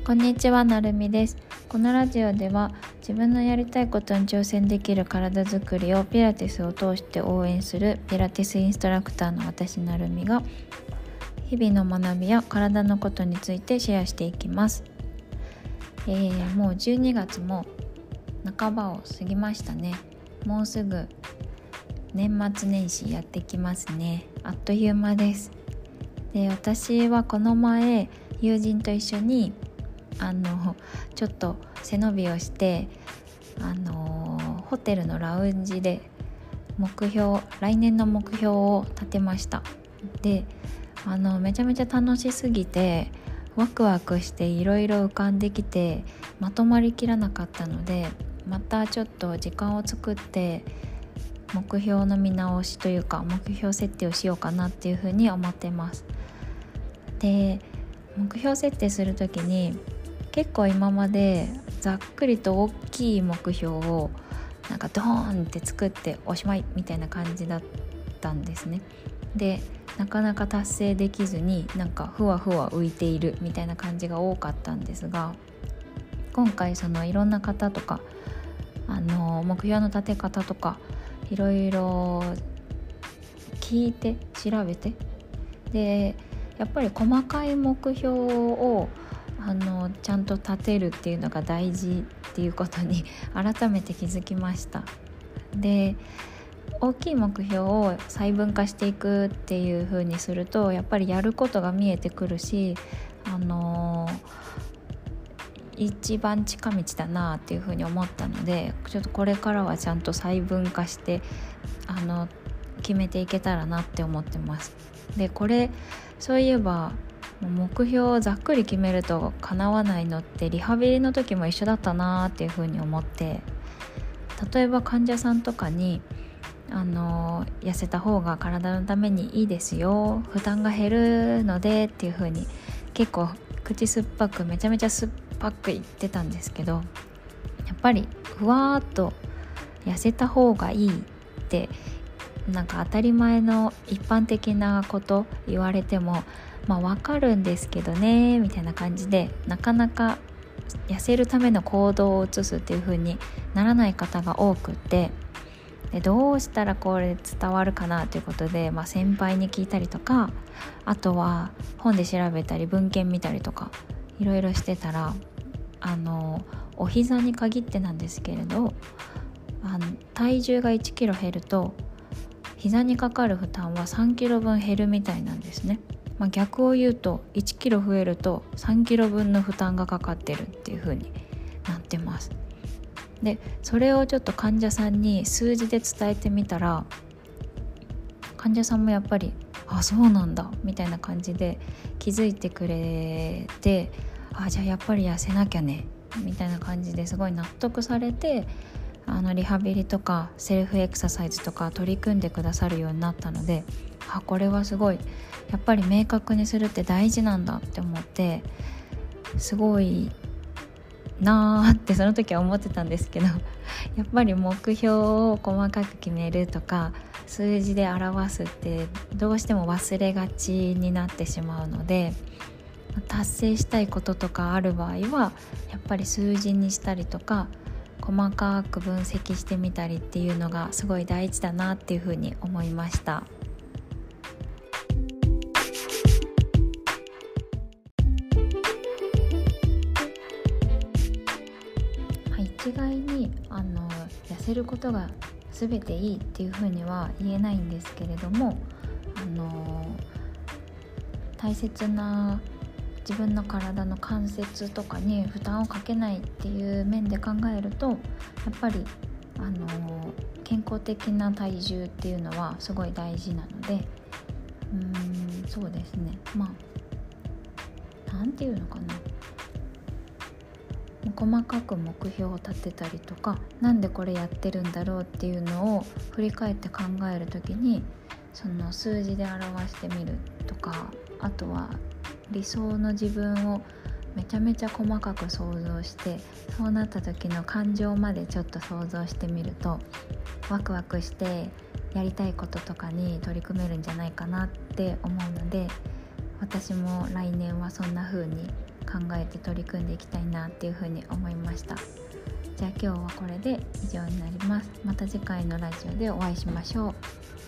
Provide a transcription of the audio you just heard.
こんにちは、なるみです。このラジオでは自分のやりたいことに挑戦できる体づくりをピラティスを通して応援するピラティスインストラクターの私なるみが日々の学びや体のことについてシェアしていきます。もう12月も半ばを過ぎましたね。もうすぐ年末年始やってきますね。あっという間です。で、私はこの前友人と一緒にちょっと背伸びをしてホテルのラウンジで来年の目標を立てました。で、めちゃめちゃ楽しすぎてワクワクしていろいろ浮かんできてまとまりきらなかったので、またちょっと時間を作って目標の見直しというか目標設定をしようかなっていうふうに思ってます。で、目標設定するときに結構今までざっくりと大きい目標をなんかドーンって作っておしまいみたいな感じだったんですね。で、なかなか達成できずになんかふわふわ浮いているみたいな感じが多かったんですが、今回いろんな方とか目標の立て方とかいろいろ聞いて調べて、でやっぱり細かい目標をちゃんと立てるっていうのが大事っていうことに改めて気づきました。で、大きい目標を細分化していくっていう風にするとやっぱりやることが見えてくるし、一番近道だなっていう風に思ったので、ちょっとこれからはちゃんと細分化して決めていけたらなって思ってます。で、そういえば目標をざっくり決めると叶わないのってリハビリの時も一緒だったなっていうふうに思って、例えば患者さんとかに痩せた方が体のためにいいですよ、負担が減るのでっていうふうに結構口酸っぱくめちゃめちゃ酸っぱく言ってたんですけど、やっぱりふわーっと痩せた方がいいってなんか当たり前の一般的なこと言われてもわかるんですけどねみたいな感じで、なかなか痩せるための行動を移すっていう風にならない方が多くって、でどうしたらこれ伝わるかなということで、先輩に聞いたりとか、あとは本で調べたり文献見たりとかいろいろしてたらお膝に限ってなんですけれど体重が1キロ減ると膝にかかる負担は3キロ分減るみたいなんですね。逆を言うと1キロ増えると3キロ分の負担がかかってるっていう風になってます。で、それをちょっと患者さんに数字で伝えてみたら、患者さんもやっぱりそうなんだみたいな感じで気づいてくれて、じゃあやっぱり痩せなきゃねみたいな感じですごい納得されてリハビリとかセルフエクササイズとか取り組んでくださるようになったので、これはすごいやっぱり明確にするって大事なんだって思って、すごいなーってその時は思ってたんですけど、やっぱり目標を細かく決めるとか数字で表すってどうしても忘れがちになってしまうので、達成したいこととかある場合はやっぱり数字にしたりとか細かく分析してみたりっていうのがすごい大事だなっていうふうに思いました。一概に痩せることが全ていいっていうふうには言えないんですけれども、大切な自分の体の関節とかに負担をかけないっていう面で考えると、やっぱり健康的な体重っていうのはすごい大事なので、そうですね、なんていうのかな、細かく目標を立てたりとか、なんでこれやってるんだろうっていうのを振り返って考えるときにその数字で表してみるとか、あとは理想の自分をめちゃめちゃ細かく想像して、そうなった時の感情までちょっと想像してみるとワクワクしてやりたいこととかに取り組めるんじゃないかなって思うので、私も来年はそんな風に考えて取り組んでいきたいなっていうふうに思いました。じゃあ今日はこれで以上になります。また次回のラジオでお会いしましょう。